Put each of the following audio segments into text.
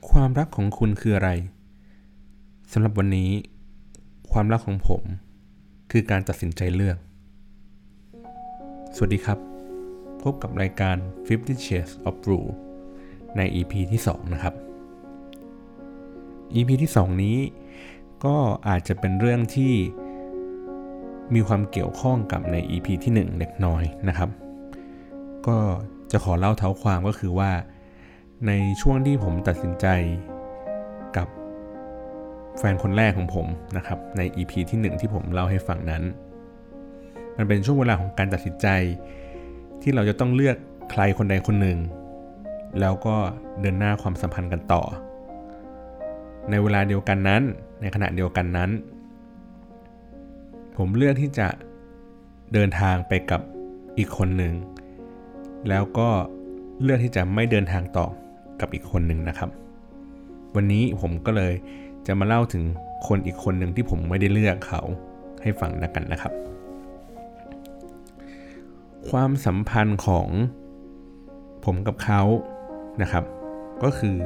ความรักของคุณคืออะไรสำหรับวันนี้ความรักของผมคือการตัดสินใจเลือกสวัสดีครับพบกับรายการ 50 Shades of Blue ใน EP ที่2นะครับ EP ที่2นี้ก็อาจจะเป็นเรื่องที่มีความเกี่ยวข้องกับใน EP ที่1เล็กน้อยนะครับก็จะขอเล่าเท้าความก็คือว่าในช่วงที่ผมตัดสินใจกับแฟนคนแรกของผมนะครับใน EP ที่1ที่ผมเล่าให้ฟังนั้นมันเป็นช่วงเวลาของการตัดสินใจที่เราจะต้องเลือกใครคนใดคนหนึ่งแล้วก็เดินหน้าความสัมพันธ์กันต่อในเวลาเดียวกันนั้นในขณะเดียวกันนั้นผมเลือกที่จะเดินทางไปกับอีกคนหนึ่งแล้วก็เลือกที่จะไม่เดินทางต่อกับอีกคนหนึ่งนะครับวันนี้ผมก็เลยจะมาเล่าถึงคนอีกคนหนึ่งที่ผมไม่ได้เลือกเขาให้ฟังกันนะครับความสัมพันธ์ของผมกับเขานะครับก็คือ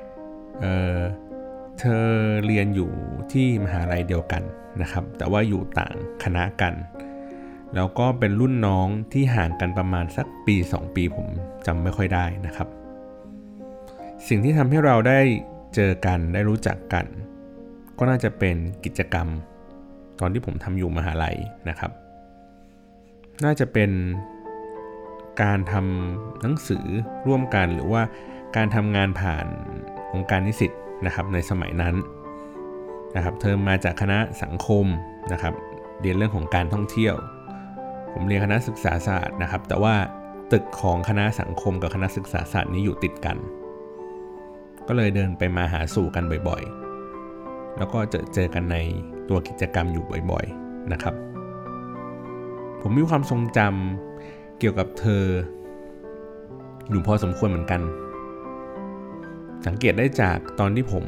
เธอเรียนอยู่ที่มหาลัยเดียวกันนะครับแต่ว่าอยู่ต่างคณะกันแล้วก็เป็นรุ่นน้องที่ห่างกันประมาณสักปี2ปีผมจำไม่ค่อยได้นะครับสิ่งที่ทำให้เราได้เจอกันได้รู้จักกันก็น่าจะเป็นกิจกรรมตอนที่ผมทำอยู่มหาลัยนะครับน่าจะเป็นการทำหนังสือร่วมกันหรือว่าการทำงานผ่านองค์การนิสิตนะครับในสมัยนั้นนะครับเธอมาจากคณะสังคมนะครับเรียนเรื่องของการท่องเที่ยวผมเรียนคณะศึกษาศาสตร์นะครับแต่ว่าตึกของคณะสังคมกับคณะศึกษาศาสตร์นี้อยู่ติดกันก็เลยเดินไปมาหาสู่กันบ่อยๆแล้วก็เจอกันในตัวกิจกรรมอยู่บ่อยๆนะครับผมมีความทรงจำเกี่ยวกับเธออยู่พอสมควรเหมือนกันสังเกตได้จากตอนที่ผม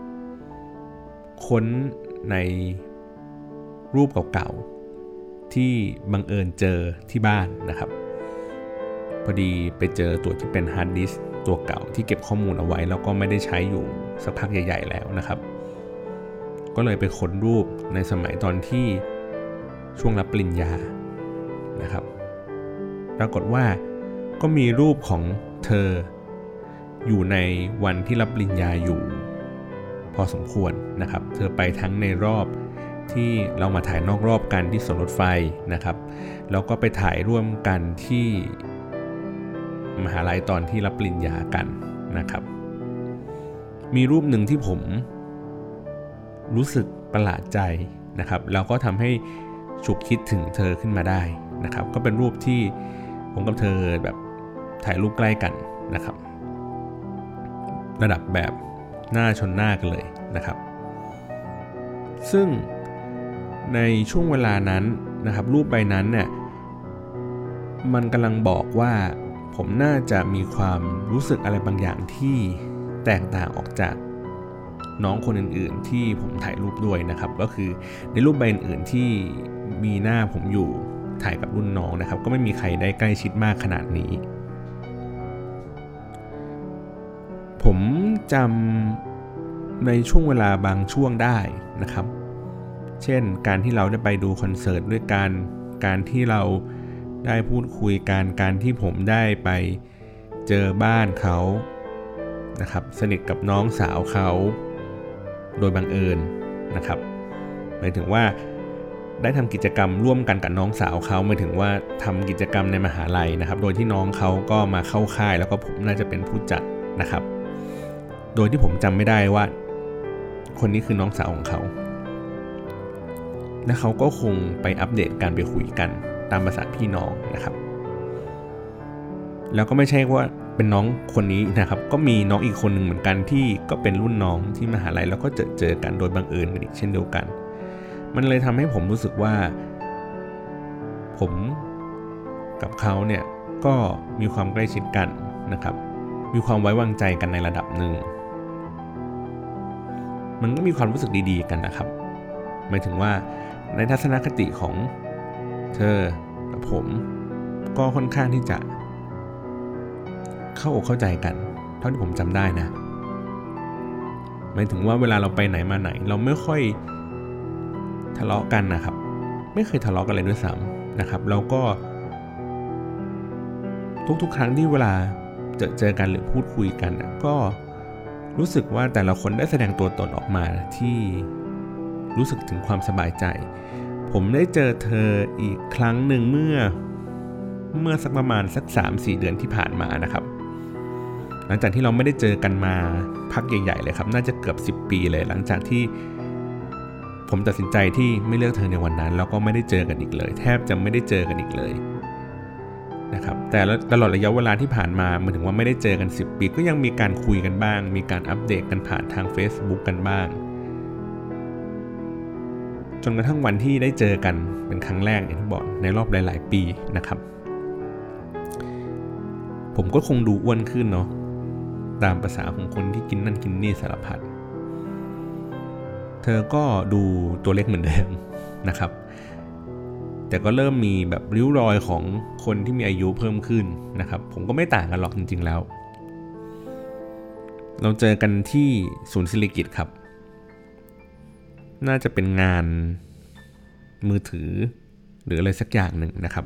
ค้นในรูปเก่าๆที่บังเอิญเจอที่บ้านนะครับพอดีไปเจอตัวที่เป็นฮาร์ดดิสก์ตัวเก่าที่เก็บข้อมูลเอาไว้แล้วก็ไม่ได้ใช้อยู่สักพักใหญ่ๆแล้วนะครับก็เลยไปค้นรูปในสมัยตอนที่ช่วงรับปริญญานะครับปรากฏว่าก็มีรูปของเธออยู่ในวันที่รับปริญญาอยู่พอสมควรนะครับเธอไปทั้งในรอบที่เรามาถ่ายนอกรอบกันที่สวนรถไฟนะครับแล้วก็ไปถ่ายร่วมกันที่มหาลัยตอนที่รับปริญญากันนะครับมีรูปหนึ่งที่ผมรู้สึกประหลาดใจนะครับแล้วก็ทำให้ฉุกคิดถึงเธอขึ้นมาได้นะครับก็เป็นรูปที่ผมกับเธอแบบถ่ายรูปใกล้กันนะครับระดับแบบหน้าชนหน้ากันเลยนะครับซึ่งในช่วงเวลานั้นนะครับรูปใบนั้นเนี่ยมันกำลังบอกว่าผมน่าจะมีความรู้สึกอะไรบางอย่างที่แตกต่างออกจากน้องคนอื่นๆที่ผมถ่ายรูปด้วยนะครับก็คือในรูปใบอื่นๆที่มีหน้าผมอยู่ถ่ายกับรุ่นน้องนะครับก็ไม่มีใครได้ใกล้ชิดมากขนาดนี้ผมจำในช่วงเวลาบางช่วงได้นะครับเช่นการที่เราได้ไปดูคอนเสิร์ตด้วยกันการที่เราได้พูดคุยกันการที่ผมได้ไปเจอบ้านเขานะครับสนิทกับน้องสาวเขาโดยบังเอิญนะครับหมายถึงว่าได้ทำกิจกรรมร่วมกันกับน้องสาวเขาหมายถึงว่าทำกิจกรรมในมหาลัยนะครับโดยที่น้องเขาก็มาเข้าค่ายแล้วก็ผมน่าจะเป็นผู้จัดนะครับโดยที่ผมจำไม่ได้ว่าคนนี้คือน้องสาวของเขาและเขาก็คงไปอัปเดตการไปคุยกันตามภาษาพี่น้องนะครับแล้วก็ไม่ใช่ว่าเป็นน้องคนนี้นะครับก็มีน้องอีกคนหนึ่งเหมือนกันที่ก็เป็นรุ่นน้องที่มหาลัยแล้วก็เจอกันโดยบังเอิญกันอีกเช่นเดียวกันมันเลยทำให้ผมรู้สึกว่าผมกับเขาเนี่ยก็มีความใกล้ชิดกันนะครับมีความไว้วางใจกันในระดับหนึ่งมันก็มีความรู้สึกดีๆกันนะครับหมายถึงว่าในทัศนคติของเธอกับผมก็ค่อนข้างที่จะเข้าอกเข้าใจกันเท่าที่ผมจำได้นะหมายถึงว่าเวลาเราไปไหนมาไหนเราไม่ค่อยทะเลาะกันนะครับไม่เคยทะเลาะกันเลยด้วยซ้ำนะครับแล้วก็ทุกๆครั้งที่เวลาเจอกันหรือพูดคุยกันก็รู้สึกว่าแต่ละคนได้แสดงตัวตนออกมาที่รู้สึกถึงความสบายใจผมได้เจอเธออีกครั้งหนึ่งเมื่อสักประมาณสัก 3-4 เดือนที่ผ่านมานะครับหลังจากที่เราไม่ได้เจอกันมาพักใหญ่ๆเลยครับน่าจะเกือบ10 ปีเลยหลังจากที่ผมตัดสินใจที่ไม่เลือกเธอในวันนั้นแล้วก็ไม่ได้เจอกันอีกเลยแทบจะไม่ได้เจอกันอีกเลยนะครับแต่ตลอดระยะเวลาที่ผ่านมาหมายถึงว่าไม่ได้เจอกัน10 ปีก็ยังมีการคุยกันบ้างมีการอัปเดตกันผ่านทาง Facebook กันบ้างจนกระทั่งวันที่ได้เจอกันเป็นครั้งแรกอย่างที่บอกในรอบหลายๆปีนะครับผมก็คงดูอ้วนขึ้นเนาะตามภาษาของคนที่กินนั่นกินนี่สารพัดเธอก็ดูตัวเล็กเหมือนเดิมนะครับแต่ก็เริ่มมีแบบริ้วรอยของคนที่มีอายุเพิ่มขึ้นนะครับผมก็ไม่ต่างกันหรอกจริงๆแล้วเราเจอกันที่ศูนย์ศิริกิติ์ครับน่าจะเป็นงานมือถือหรืออะไรสักอย่างหนึ่งนะครับ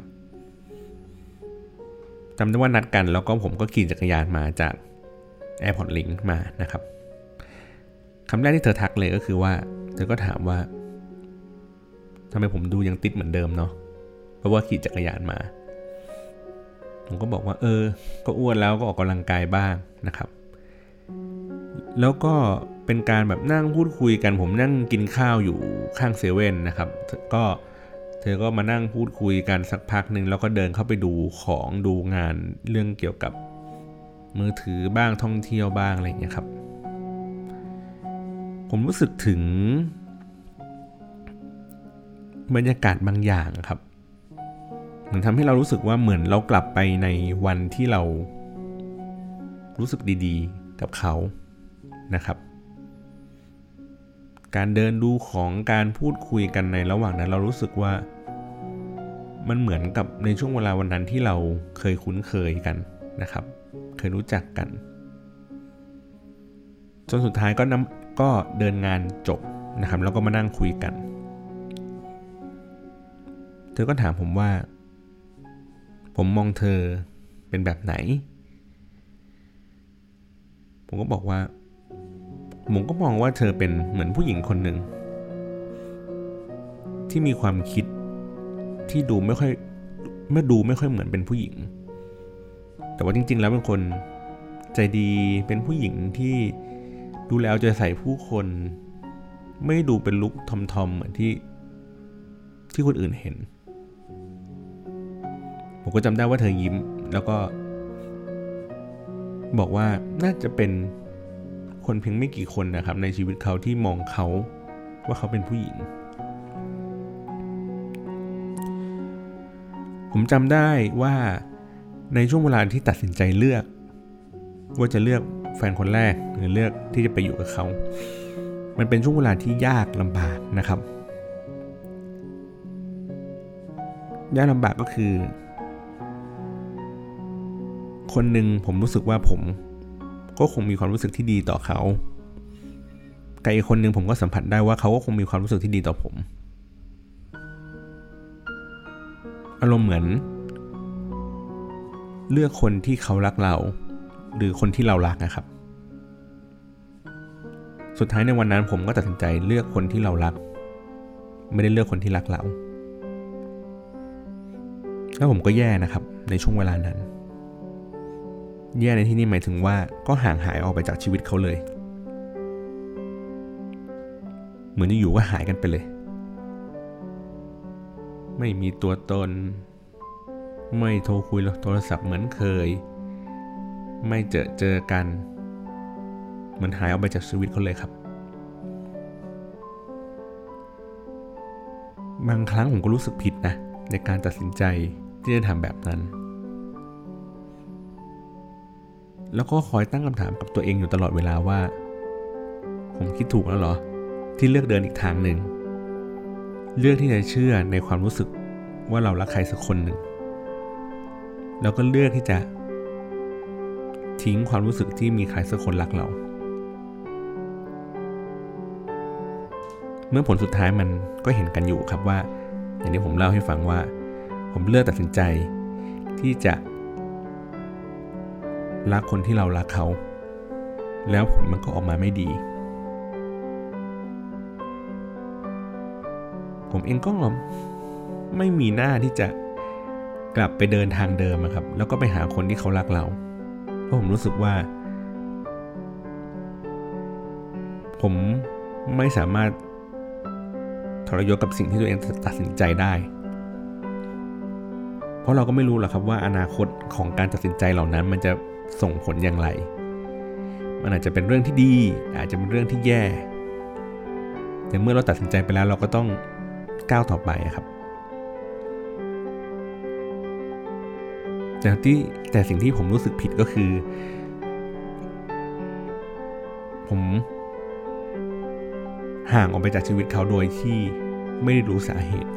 จำได้ว่านัดกันแล้วก็ผมก็ขี่จักรยานมาจาก Airport Link มานะครับคำแรกที่เธอทักเลยก็คือว่าเธอก็ถามว่าทำไมผมดูยังติดเหมือนเดิมเนาะเพราะว่าขี่จักรยานมาผมก็บอกว่าก็อ้วนแล้วก็ออกกำลังกายบ้างนะครับแล้วก็เป็นการแบบนั่งพูดคุยกันผมนั่งกินข้าวอยู่ข้างเซเว่นนะครับเธอก็มานั่งพูดคุยกันสักพักนึงแล้วก็เดินเข้าไปดูของดูงานเรื่องเกี่ยวกับมือถือบ้างท่องเที่ยวบ้างอะไรอย่างเงี้ยครับผมรู้สึกถึงบรรยากาศบางอย่างครับมันทำให้เรารู้สึกว่าเหมือนเรากลับไปในวันที่เรารู้สึกดีๆกับเขานะครับการเดินดูของการพูดคุยกันในระหว่างนั้นเรารู้สึกว่ามันเหมือนกับในช่วงเวลาวันนั้นที่เราเคยคุ้นเคยกันนะครับเคยรู้จักกันจนสุดท้ายก็เดินงานจบนะครับแล้วก็มานั่งคุยกันเธอก็ถามผมว่าผมมองเธอเป็นแบบไหนผมก็บอกว่าผมก็มองว่าเธอเป็นเหมือนผู้หญิงคนหนึ่งที่มีความคิดที่ดูไม่ค่อยเหมือนเป็นผู้หญิงแต่ว่าจริงๆแล้วเป็นคนใจดีเป็นผู้หญิงที่ดูแล้วจะใส่ผู้คนไม่ดูเป็นลุคทอมๆเหมือนที่คนอื่นเห็นผมก็จำได้ว่าเธอยิ้มแล้วก็บอกว่าน่าจะเป็นคนเพียงไม่กี่คนนะครับในชีวิตเขาที่มองเขาว่าเขาเป็นผู้หญิงผมจำได้ว่าในช่วงเวลาที่ตัดสินใจเลือกว่าจะเลือกแฟนคนแรกหรือเลือกที่จะไปอยู่กับเขามันเป็นช่วงเวลาที่ยากลำบากนะครับยากลำบากก็คือคนหนึ่งผมรู้สึกว่าผมก็คงมีความรู้สึกที่ดีต่อเขากับอีกคนหนึ่งผมก็สัมผัสได้ว่าเขาก็คงมีความรู้สึกที่ดีต่อผมอารมณ์เหมือนเลือกคนที่เขารักเราหรือคนที่เรารักนะครับสุดท้ายในวันนั้นผมก็ตัดสินใจเลือกคนที่เรารักไม่ได้เลือกคนที่รักเราแล้วผมก็แย่นะครับในช่วงเวลานั้นแย่ในที่นี้หมายถึงว่าก็ห่างหายออกไปจากชีวิตเขาเลยเหมือนอยู่ๆก็หายกันไปเลยไม่มีตัวตนไม่โทรคุยโทรศัพท์เหมือนเคยไม่เจอกันเหมือนหายออกไปจากชีวิตเขาเลยครับบางครั้งผมก็รู้สึกผิดนะในการตัดสินใจที่จะทำแบบนั้นแล้วก็คอยตั้งคำถามกับตัวเองอยู่ตลอดเวลาว่าผมคิดถูกแล้วเหรอที่เลือกเดินอีกทางหนึ่งเลือกที่จะเชื่อในความรู้สึกว่าเรารักใครสักคนหนึ่งแล้วก็เลือกที่จะทิ้งความรู้สึกที่มีใครสักคนรักเราเมื่อผลสุดท้ายมันก็เห็นกันอยู่ครับว่าอย่างที่ผมเล่าให้ฟังว่าผมเลือกตัดสินใจที่จะรักคนที่เรารักเขาแล้วผลมันก็ออกมาไม่ดีผมเองก็ไม่มีหน้าที่จะกลับไปเดินทางเดิมครับแล้วก็ไปหาคนที่เขารักเราเพราะผมรู้สึกว่าผมไม่สามารถทรยศกับสิ่งที่ตัวเองตัดสินใจได้เพราะเราก็ไม่รู้หรอกครับว่าอนาคตของการตัดสินใจเหล่านั้นมันจะส่งผลอย่างไรมันอาจจะเป็นเรื่องที่ดีอาจจะเป็นเรื่องที่แย่แต่เมื่อเราตัดสินใจไปแล้วเราก็ต้องก้าวต่อไปครับแต่สิ่งที่ผมรู้สึกผิดก็คือผมห่างออกไปจากชีวิตเขาโดยที่ไม่ได้รู้สาเหตุ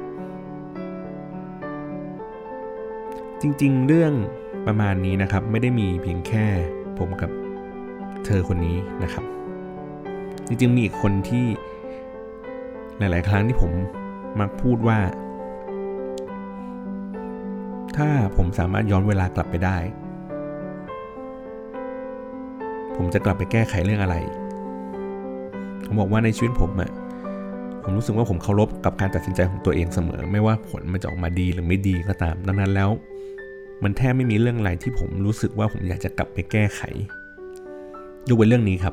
จริงๆเรื่องประมาณนี้นะครับไม่ได้มีเพียงแค่ผมกับเธอคนนี้นะครับจริงๆมีอีกคนที่หลายๆครั้งที่ผมมักพูดว่าถ้าผมสามารถย้อนเวลากลับไปได้ผมจะกลับไปแก้ไขเรื่องอะไรผมบอกว่าในชีวิตผมรู้สึกว่าผมเคารพกับการตัดสินใจของตัวเองเสมอไม่ว่าผลมันจะออกมาดีหรือไม่ดีก็ตามดังนั้นแล้วมันแทบไม่มีเรื่องอะไรที่ผมรู้สึกว่าผมอยากจะกลับไปแก้ไขยกเว้นเรื่องนี้ครับ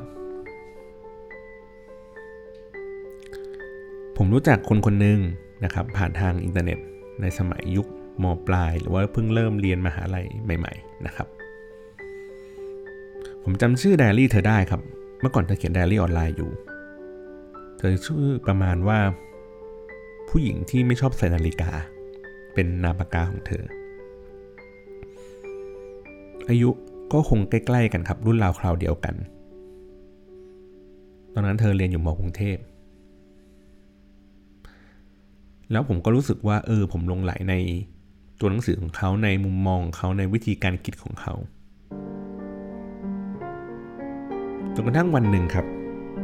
ผมรู้จักคนคนหนึ่งนะครับผ่านทางอินเทอร์เน็ตในสมัยยุคม.ปลายหรือว่าเพิ่งเริ่มเรียนมหาลัยใหม่ๆนะครับผมจำชื่อไดอารี่เธอได้ครับเมื่อก่อนเธอเขียนไดอารี่ออนไลน์อยู่เธอชื่อประมาณว่าผู้หญิงที่ไม่ชอบใส่นาฬิกาเป็นนามปากกาของเธออายุก็คงใกล้ๆกันครับรุ่นราวคราวเดียวกันตอนนั้นเธอเรียนอยู่ม.กรุงเทพแล้วผมก็รู้สึกว่าผมหลงไหลในตัวหนังสือของเขาในมุมมองของเขาในวิธีการคิดของเขาจนกระทั่งวันหนึ่งครับ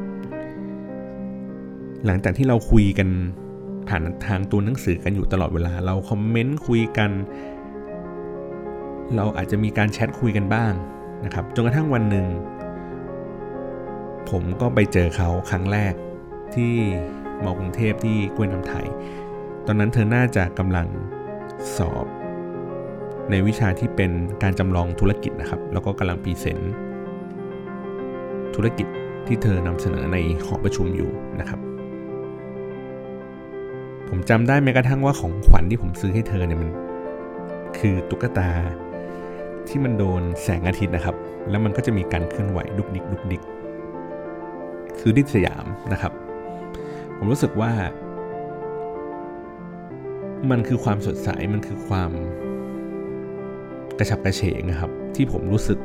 หลังจากที่เราคุยกันผ่านทางตัวหนังสือกันอยู่ตลอดเวลาเราคอมเมนต์คุยกันเราอาจจะมีการแชทคุยกันบ้างนะครับจนกระทั่งวันหนึ่งผมก็ไปเจอเขาครั้งแรกที่ม.กรุงเทพที่กล้วยน้ำไทยตอนนั้นเธอน่าจะกำลังสอบในวิชาที่เป็นการจำลองธุรกิจนะครับแล้วก็กำลังพรีเซนต์ธุรกิจที่เธอนำเสนอในหอประชุมอยู่นะครับผมจำได้แม้กระทั่งว่าของขวัญที่ผมซื้อให้เธอเนี่ยมันคือตุ๊กตาที่มันโดนแสงอาทิตย์นะครับแล้วมันก็จะมีการเคลื่อนไหวดุกดิกดุกดิกซื้อที่สยามนะครับผมรู้สึกว่ามันคือความสดใสมันคือความกระฉับกระเฉงนะครับที่ผมรู้สึก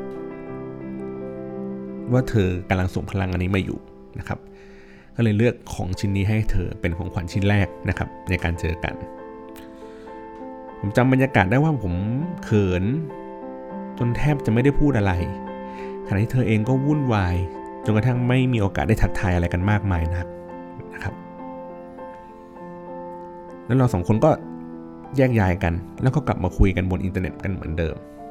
ว่าเธอกำลังส่งพลังอันนี้มาอยู่นะครับก็เลยเลือกของชิ้นนี้ให้เธอเป็นของขวัญชิ้นแรกนะครับในการเจอกันผมจำบรรยากาศได้ว่าผมเขินจนแทบจะไม่ได้พูดอะไรขณะที่เธอเองก็วุ่นวายจนกระทั่งไม่มีโอกาสได้ทักทายอะไรกันมากมายนักนะครับแล้วเราสองคนก็แยกย้ายกันแล้วก็กลับมาคุยกันบนอินเทอร์เน็ตกันเหมือนเดิม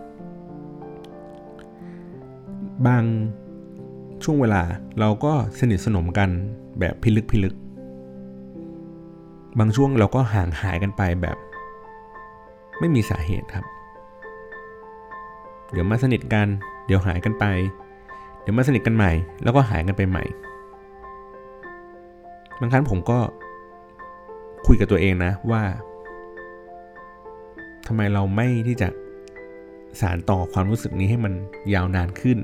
บางช่วงเวลาเราก็สนิทสนมกันแบบพิลึกบางช่วงเราก็ห่างหายกันไปแบบไม่มีสาเหตุครับเดี๋ยวมาสนิทกันเดี๋ยวหายกันไปเดี๋ยวมาสนิทกันใหม่แล้วก็หายกันไปใหม่บางครั้งผมก็คุยกับตัวเองนะว่าทำไมเราไม่ที่จะสานต่อความรู้สึกนี้ให้มันยาวนานขึ้น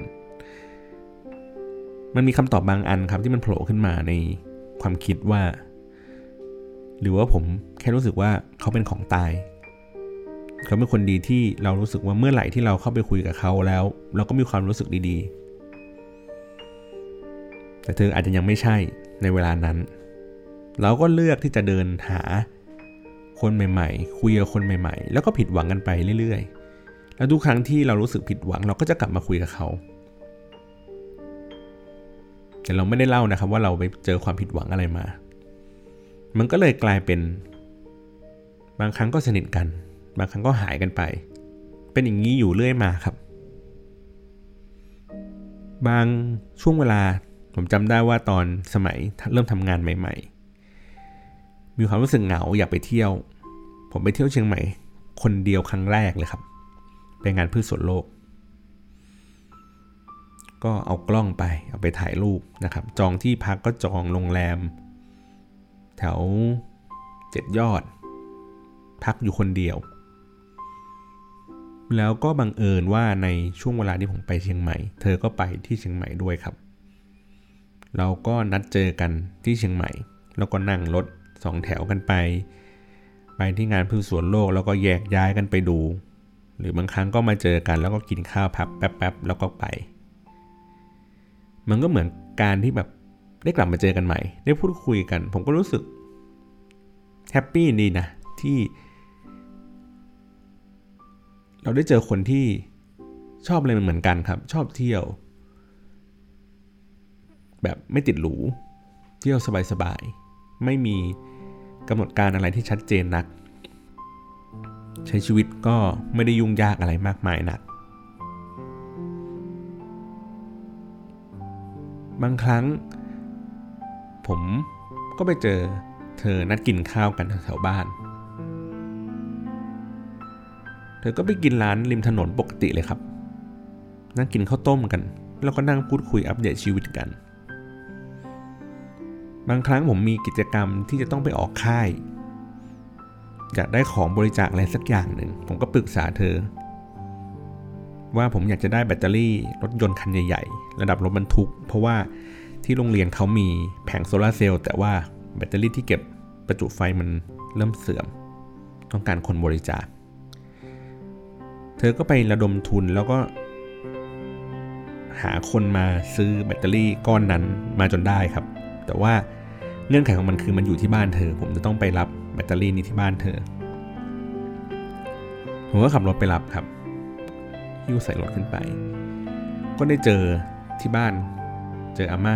มันมีคำตอบบางอันครับที่มันโผล่ขึ้นมาในความคิดว่าหรือว่าผมแค่รู้สึกว่าเขาเป็นของตายเขาเป็นคนดีที่เรารู้สึกว่าเมื่อไหร่ที่เราเข้าไปคุยกับเขาแล้วเราก็มีความรู้สึกดีๆแต่เธออาจจะยังไม่ใช่ในเวลานั้นเราก็เลือกที่จะเดินหาคนใหม่ๆคุยกับคนใหม่ๆแล้วก็ผิดหวังกันไปเรื่อยๆแล้วทุกครั้งที่เรารู้สึกผิดหวังเราก็จะกลับมาคุยกับเขาแต่เราไม่ได้เล่านะครับว่าเราไปเจอความผิดหวังอะไรมามันก็เลยกลายเป็นบางครั้งก็สนิทกันบางครั้งก็หายกันไปเป็นอย่างนี้อยู่เรื่อยมาครับบางช่วงเวลาผมจำได้ว่าตอนสมัยเริ่มทำงานใหม่ๆมีความรู้สึกเหงาอยากไปเที่ยวผมไปเที่ยวเชียงใหม่คนเดียวครั้งแรกเลยครับไปงานพืชสวนโลกก็เอากล้องไปเอาไปถ่ายรูปนะครับจองที่พักก็จองโรงแรมแถว7 ยอดพักอยู่คนเดียวแล้วก็บังเอิญว่าในช่วงเวลาที่ผมไปเชียงใหม่เธอก็ไปที่เชียงใหม่ด้วยครับเราก็นัดเจอกันที่เชียงใหม่แล้วก็นั่งรถ2 แถวกันไปที่งานพืชสวนโลกแล้วก็แยกย้ายกันไปดูหรือบางครั้งก็มาเจอกันแล้วก็กินข้าวพักแป๊บๆแล้วก็ไปมันก็เหมือนการที่แบบได้กลับมาเจอกันใหม่ได้พูดคุยกันผมก็รู้สึกแฮปปี้ดีนะที่เราได้เจอคนที่ชอบอะไรเหมือนกันครับชอบเที่ยวแบบไม่ติดหรูเที่ยวสบายๆไม่มีกำหนดการอะไรที่ชัดเจนนักใช้ชีวิตก็ไม่ได้ยุ่งยากอะไรมากมายนักบางครั้งผมก็ไปเจอเธอนัดกินข้าวกันแถวบ้านเธอก็ไปกินร้านริมถนนปกติเลยครับนั่งกินข้าวต้มกันแล้วก็นั่งพูดคุยอัปเดตชีวิตกันบางครั้งผมมีกิจกรรมที่จะต้องไปออกค่ายอยากได้ของบริจาคอะไรสักอย่างหนึ่งผมก็ปรึกษาเธอว่าผมอยากจะได้แบตเตอรี่รถยนต์คันใหญ่ๆระดับรถบรรทุกเพราะว่าที่โรงเรียนเขามีแผงโซลาร์เซลล์แต่ว่าแบตเตอรี่ที่เก็บประจุไฟมันเริ่มเสื่อมต้องการคนบริจาคเธอก็ไประดมทุนแล้วก็หาคนมาซื้อแบตเตอรี่ก้อนนั้นมาจนได้ครับแต่ว่าเงื่อนไขของมันคือมันอยู่ที่บ้านเธอผมจะต้องไปรับแบตเตอรี่นี้ที่บ้านเธอผมก็ขับรถไปรับครับหิ้วใส่รถขึ้นไปก็ได้เจอที่บ้านเจออาม่า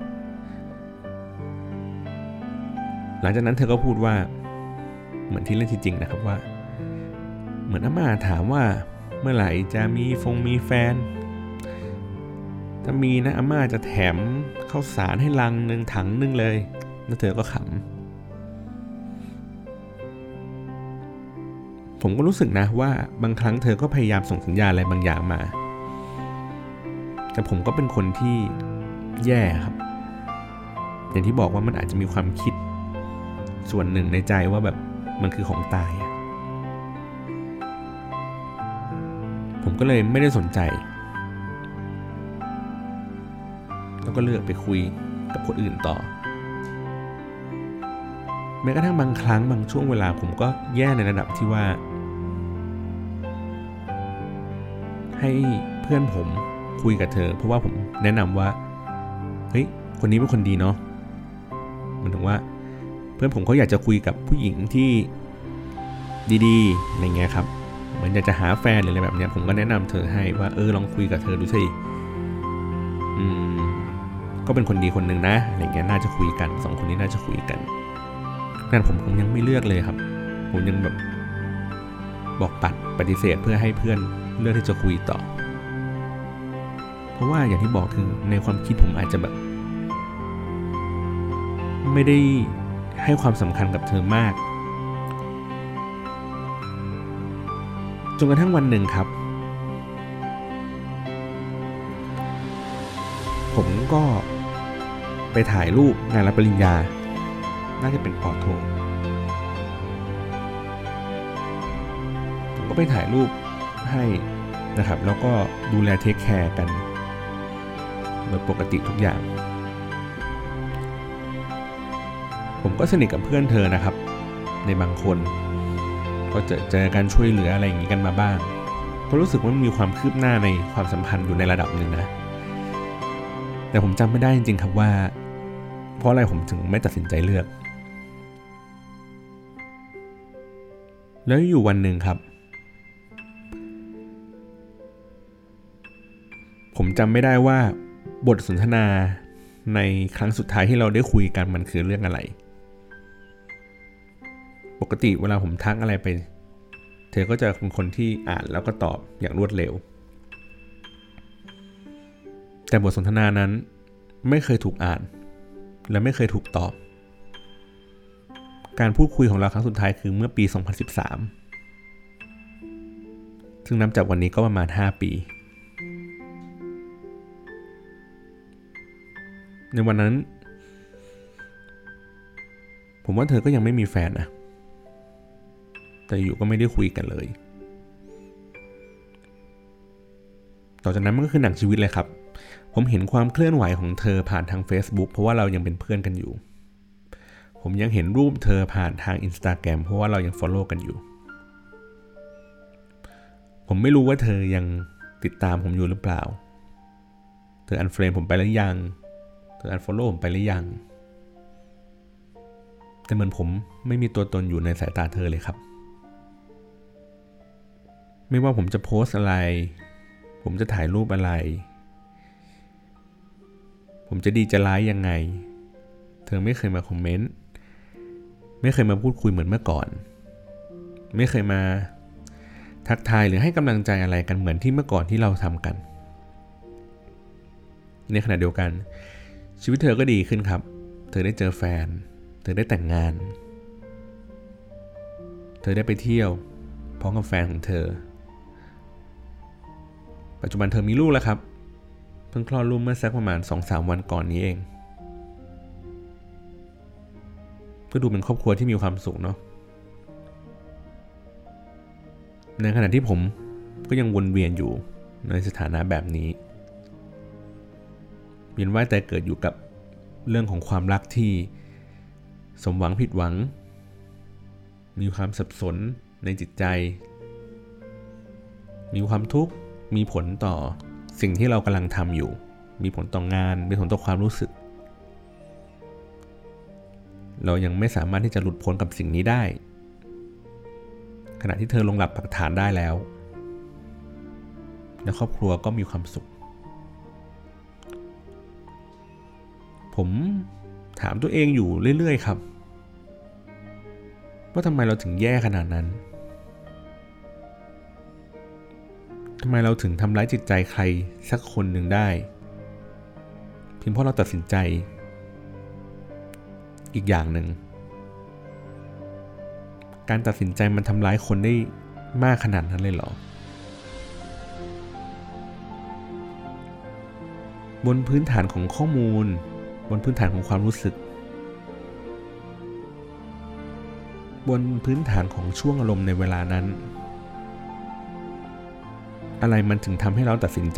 หลังจากนั้นเธอก็พูดว่าเหมือนที่เล่นที่จริงนะครับว่าเหมือนอาม่าถามว่าเมื่อไหร่จะมีแฟนถ้ามีนะอาม่าจะแถมข้าวสารให้ลังนึงถังนึงเลยแล้วเธอก็ขำผมก็รู้สึกนะว่าบางครั้งเธอก็พยายามส่งสัญญาณอะไรบางอย่างมาแต่ผมก็เป็นคนที่แย่ครับอย่างที่บอกว่ามันอาจจะมีความคิดส่วนหนึ่งในใจว่าแบบมันคือของตายผมก็เลยไม่ได้สนใจแล้วก็เลือกไปคุยกับคนอื่นต่อแม้กระทั่งบางครั้งบางช่วงเวลาผมก็แย่ในระดับที่ว่าให้เพื่อนผมคุยกับเธอเพราะว่าผมแนะนำว่าเฮ้ยคนนี้เป็นคนดีเนาะหมายถึงว่าเพื่อนผมเขาอยากจะคุยกับผู้หญิงที่ดีๆอะไรเงี้ยครับเหมือนอยากจะหาแฟนหรืออะไรแบบเนี้ยผมก็แนะนำเธอให้ว่าลองคุยกับเธอดูสิก็เป็นคนดีคนหนึ่งนะอะไรเงี้ยน่าจะคุยกัน2 คนนี้น่าจะคุยกันนั่นผมยังไม่เลือกเลยครับผมยังแบบบอกปฏิเสธเพื่อให้เพื่อนเลือกที่จะคุยต่อเพราะว่าอย่างที่บอกคือในความคิดผมอาจจะแบบไม่ได้ให้ความสำคัญกับเธอมากจนกระทั่งวันหนึ่งครับผมก็ไปถ่ายรูปงานรับปริญญาน่าจะเป็นป.โทผมก็ไปถ่ายรูปให้นะครับแล้วก็ดูแลเทคแคร์กันโดยปกติทุกอย่างผมก็สนิทกับเพื่อนเธอนะครับในบางคนก็เจอกันช่วยเหลืออะไรอย่างนี้กันมาบ้างก็รู้สึกว่ามันมีความคืบหน้าในความสัมพันธ์อยู่ในระดับหนึ่งนะแต่ผมจำไม่ได้จริงๆครับว่าเพราะอะไรผมถึงไม่ตัดสินใจเลือกแล้วอยู่วันหนึ่งครับผมจำไม่ได้ว่าบทสนทนาในครั้งสุดท้ายที่เราได้คุยกันมันคือเรื่องอะไรปกติเวลาผมทักอะไรไปเธอก็จะเป็นคนที่อ่านแล้วก็ตอบอย่างรวดเร็วแต่บทสนทนานั้นไม่เคยถูกอ่านและไม่เคยถูกตอบการพูดคุยของเราครั้งสุดท้ายคือเมื่อปี 2013 ซึ่งนับจากวันนี้ก็ประมาณ 5 ปีในวันนั้นผมว่าเธอก็ยังไม่มีแฟนนะแต่อยู่ก็ไม่ได้คุยกันเลยต่อจากนั้นมันก็คือหนังชีวิตเลยครับผมเห็นความเคลื่อนไหวของเธอผ่านทาง Facebook เพราะว่าเรายังเป็นเพื่อนกันอยู่ผมยังเห็นรูปเธอผ่านทาง Instagram เพราะว่าเรายัง follow กันอยู่ผมไม่รู้ว่าเธอยังติดตามผมอยู่หรือเปล่าเธอ unfriend ผมไปหรือยังเธอ unfollow ผมไปหรือยังแต่เหมือนผมไม่มีตัวตนอยู่ในสายตาเธอเลยครับไม่ว่าผมจะโพสอะไรผมจะถ่ายรูปอะไรผมจะดีจะร้ายยังไงเธอไม่เคยมาคอมเมนต์ไม่เคยมาพูดคุยเหมือนเมื่อก่อนไม่เคยมาทักทายหรือให้กำลังใจอะไรกันเหมือนที่เมื่อก่อนที่เราทำกันในขณะเดียวกันชีวิตเธอก็ดีขึ้นครับเธอได้เจอแฟนเธอได้แต่งงานเธอได้ไปเที่ยวพร้อมกับแฟนของเธอปัจจุบันเธอมีลูกแล้วครับเพิ่งคลอดลูกเมื่อสักประมาณ 2-3 วันก่อนนี้เองก็ดูเป็นครอบครัวที่มีความสุขเนาะในขณะที่ผมก็ยังวนเวียนอยู่ในสถานะแบบนี้เวียนว่ายแต่เกิดอยู่กับเรื่องของความรักที่สมหวังผิดหวังมีความสับสนในจิตใจมีความทุกข์มีผลต่อสิ่งที่เรากำลังทำอยู่มีผลต่องานมีผลต่อความรู้สึกเรายังไม่สามารถที่จะหลุดพ้นกับสิ่งนี้ได้ขณะที่เธอลงหลักปักฐานได้แล้วและครอบครัวก็มีความสุขผมถามตัวเองอยู่เรื่อยๆครับว่าทำไมเราถึงแย่ขนาดนั้นทำไมเราถึงทำร้ายจิตใจใครสักคนหนึ่งได้เพียงเพราะเราตัดสินใจอีกอย่างหนึ่งการตัดสินใจมันทำร้ายคนได้มากขนาดนั้นเลยเหรอบนพื้นฐานของข้อมูลบนพื้นฐานของความรู้สึกบนพื้นฐานของช่วงอารมณ์ในเวลานั้นอะไรมันถึงทำให้เราตัดสินใจ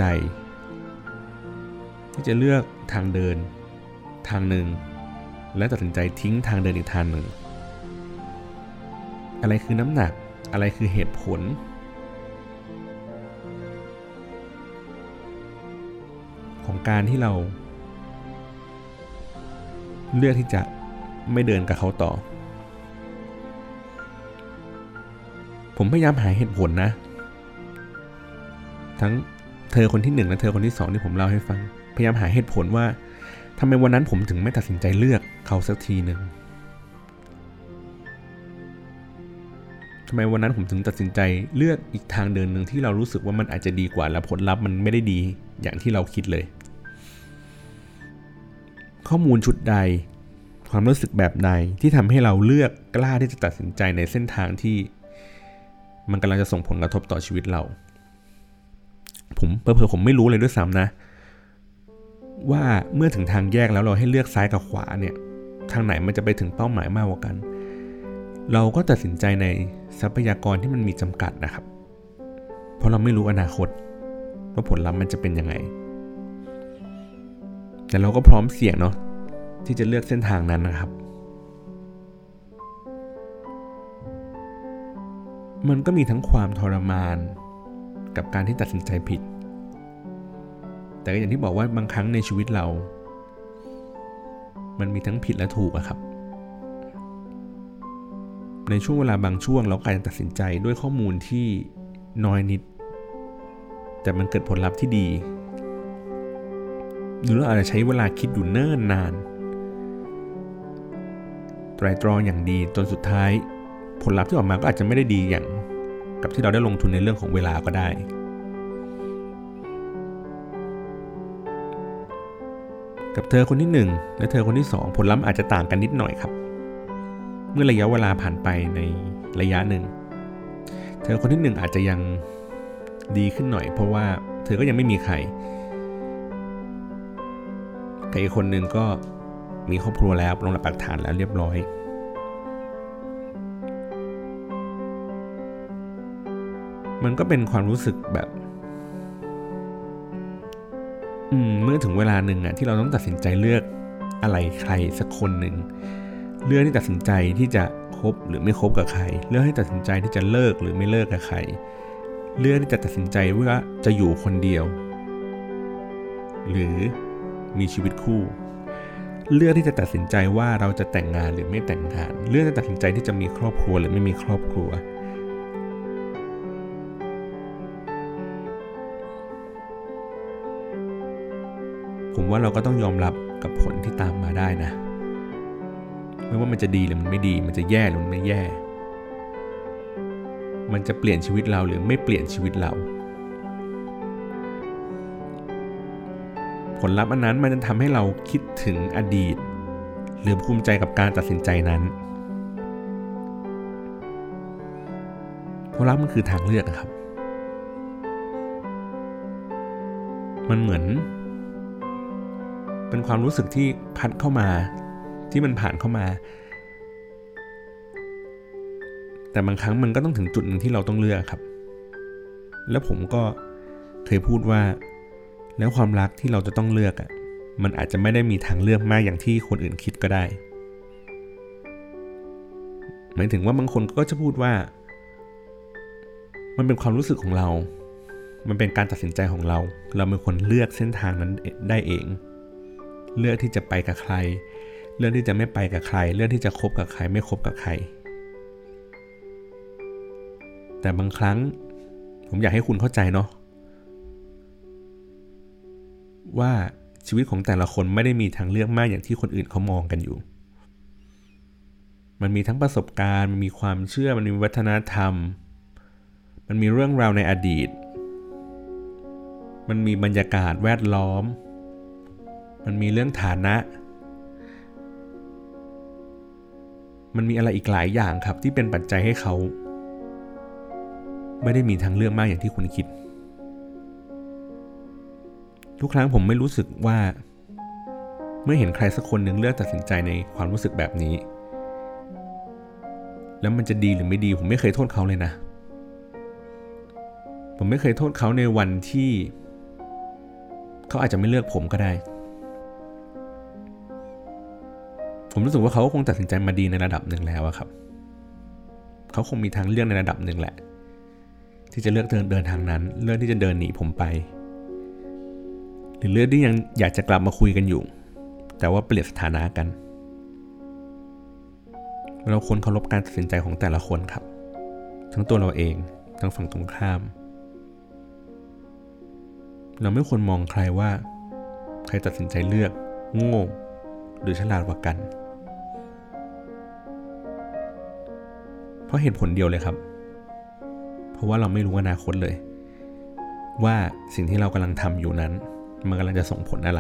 ที่จะเลือกทางเดินทางหนึ่งและตัดสินใจทิ้งทางเดินอีกทางหนึ่งอะไรคือน้ำหนักอะไรคือเหตุผลของการที่เราเลือกที่จะไม่เดินกับเขาต่อผมพยายามหาเหตุผลนะทั้งเธอคนที่1และเธอคนที่2ที่ผมเล่าให้ฟังพยายามหาเหตุผลว่าทำไมวันนั้นผมถึงไม่ตัดสินใจเลือกเขาสักทีหนึ่งทำไมวันนั้นผมถึงตัดสินใจเลือกอีกทางเดินหนึ่งที่เรารู้สึกว่ามันอาจจะดีกว่าและผลลัพธ์มันไม่ได้ดีอย่างที่เราคิดเลยข้อมูลชุดใดความรู้สึกแบบใดที่ทำให้เราเลือกกล้าที่จะตัดสินใจในเส้นทางที่มันกำลังจะส่งผลกระทบต่อชีวิตเราผมเผลอๆผมไม่รู้เลยด้วยซ้ำนะว่าเมื่อถึงทางแยกแล้วเราให้เลือกซ้ายกับขวาเนี่ยทางไหนมันจะไปถึงเป้าหมายมากกว่ากันเราก็ตัดสินใจในทรัพยากรที่มันมีจำกัดนะครับเพราะเราไม่รู้อนาคตว่าผลลัพธ์มันจะเป็นยังไงแต่เราก็พร้อมเสี่ยงเนาะที่จะเลือกเส้นทางนั้นนะครับมันก็มีทั้งความทรมานกับการที่ตัดสินใจผิดแต่ก็อย่างที่บอกว่าบางครั้งในชีวิตเรามันมีทั้งผิดและถูกอะครับในช่วงเวลาบางช่วงเราการตัดสินใจด้วยข้อมูลที่น้อยนิดแต่มันเกิดผลลัพธ์ที่ดีหรือเราอาจจะใช้เวลาคิดอยู่เนิ่นนานไตร่ตรองอย่างดีจนสุดท้ายผลลัพธ์ที่ออกมาก็อาจจะไม่ได้ดีอย่างกับที่เราได้ลงทุนในเรื่องของเวลาก็ได้กับเธอคนที่1และเธอคนที่2ผลลัพธ์อาจจะต่างกันนิดหน่อยครับเมื่อระยะเวลาผ่านไปในระยะหนึ่งเธอคนที่1อาจจะยังดีขึ้นหน่อยเพราะว่าเธอก็ยังไม่มีใครอีกคนหนึ่งก็มีครอบครัวแล้วลงหลักปักฐานแล้วเรียบร้อยมันก็เป็นความรู้สึกแบบเมื่อถึงเวลาหนึ่งที่เราต้องตัดสินใจเลือกอะไรใครสักคนหนึ่งเลือกที่ตัดสินใจที่จะคบหรือไม่คบกับใครเลือกให้ตัดสินใจที่จะเลิกหรือไม่เลิกกับใครเลือกที่จะตัดสินใจว่าจะอยู่คนเดียวหรือมีชีวิตคู่เลือกที่จะตัดสินใจว่าเราจะแต่งงานหรือไม่แต่งงานเลือกที่จะตัดสินใจที่จะมีครอบครัวหรือไม่มีครอบครัวผมว่าเราก็ต้องยอมรับกับผลที่ตามมาได้นะไม่ว่ามันจะดีหรือมันไม่ดีมันจะแย่หรือมันไม่แย่มันจะเปลี่ยนชีวิตเราหรือไม่เปลี่ยนชีวิตเราผลลัพธ์อันนั้นมันจะทำให้เราคิดถึงอดีตหรือภูมิใจกับการตัดสินใจนั้นผลลัพธ์มันคือทางเลือกครับมันเหมือนเป็นความรู้สึกที่พัดเข้ามาที่มันผ่านเข้ามาแต่บางครั้งมันก็ต้องถึงจุดหนึ่งที่เราต้องเลือกครับแล้วผมก็เคยพูดว่าแล้วความรักที่เราจะต้องเลือกมันอาจจะไม่ได้มีทางเลือกมากอย่างที่คนอื่นคิดก็ได้หมายถึงว่าบางคนก็จะพูดว่ามันเป็นความรู้สึกของเรามันเป็นการตัดสินใจของเราเป็นคนเลือกเส้นทางนั้นได้เองเลือกที่จะไปกับใครเลือกที่จะไม่ไปกับใครเลือกที่จะคบกับใครไม่คบกับใครแต่บางครั้งผมอยากให้คุณเข้าใจเนาะว่าชีวิตของแต่ละคนไม่ได้มีทางเลือกมากอย่างที่คนอื่นเขามองกันอยู่มันมีทั้งประสบการณ์มันมีความเชื่อมันมีวัฒนธรรมมันมีเรื่องราวในอดีตมันมีบรรยากาศแวดล้อมมันมีเรื่องฐานะมันมีอะไรอีกหลายอย่างครับที่เป็นปัจจัยให้เขาไม่ได้มีทางเลือกมากอย่างที่คุณคิดทุกครั้งผมไม่รู้สึกว่าเมื่อเห็นใครสักคนหนึ่งเลือกตัดสินใจในความรู้สึกแบบนี้แล้วมันจะดีหรือไม่ดีผมไม่เคยโทษเขาเลยนะผมไม่เคยโทษเขาในวันที่เขาอาจจะไม่เลือกผมก็ได้ผมรู้สึกว่าเขาคงตัดสินใจมาดีในระดับหนึ่งแล้วครับเขาคงมีทางเลือกในระดับหนึ่งแหละที่จะเลือกเดินทางนั้นเลือกที่จะเดินหนีผมไปหรือเลือกที่ยังอยากจะกลับมาคุยกันอยู่แต่ว่าเปลี่ยนสถานะกันเราควรเคารพการตัดสินใจของแต่ละคนครับทั้งตัวเราเองทั้งฝั่งตรงข้ามเราไม่ควรมองใครว่าใครตัดสินใจเลือกโง่หรือฉลาดกว่ากันเพราะเหตุผลเดียวเลยครับเพราะว่าเราไม่รู้อนาคตเลยว่าสิ่งที่เรากำลังทำอยู่นั้นมันกำลังจะส่งผลอะไร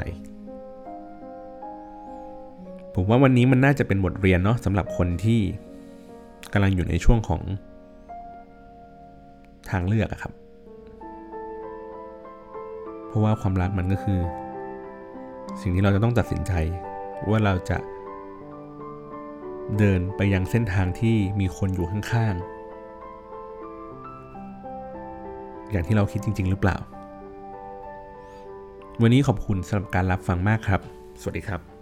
ผมว่าวันนี้มันน่าจะเป็นบทเรียนเนาะสำหรับคนที่กำลังอยู่ในช่วงของทางเลือกครับเพราะว่าความรักมันก็คือสิ่งที่เราจะต้องตัดสินใจว่าเราจะเดินไปยังเส้นทางที่มีคนอยู่ข้างๆอย่างที่เราคิดจริงๆหรือเปล่าวันนี้ขอบคุณสำหรับการรับฟังมากครับสวัสดีครับ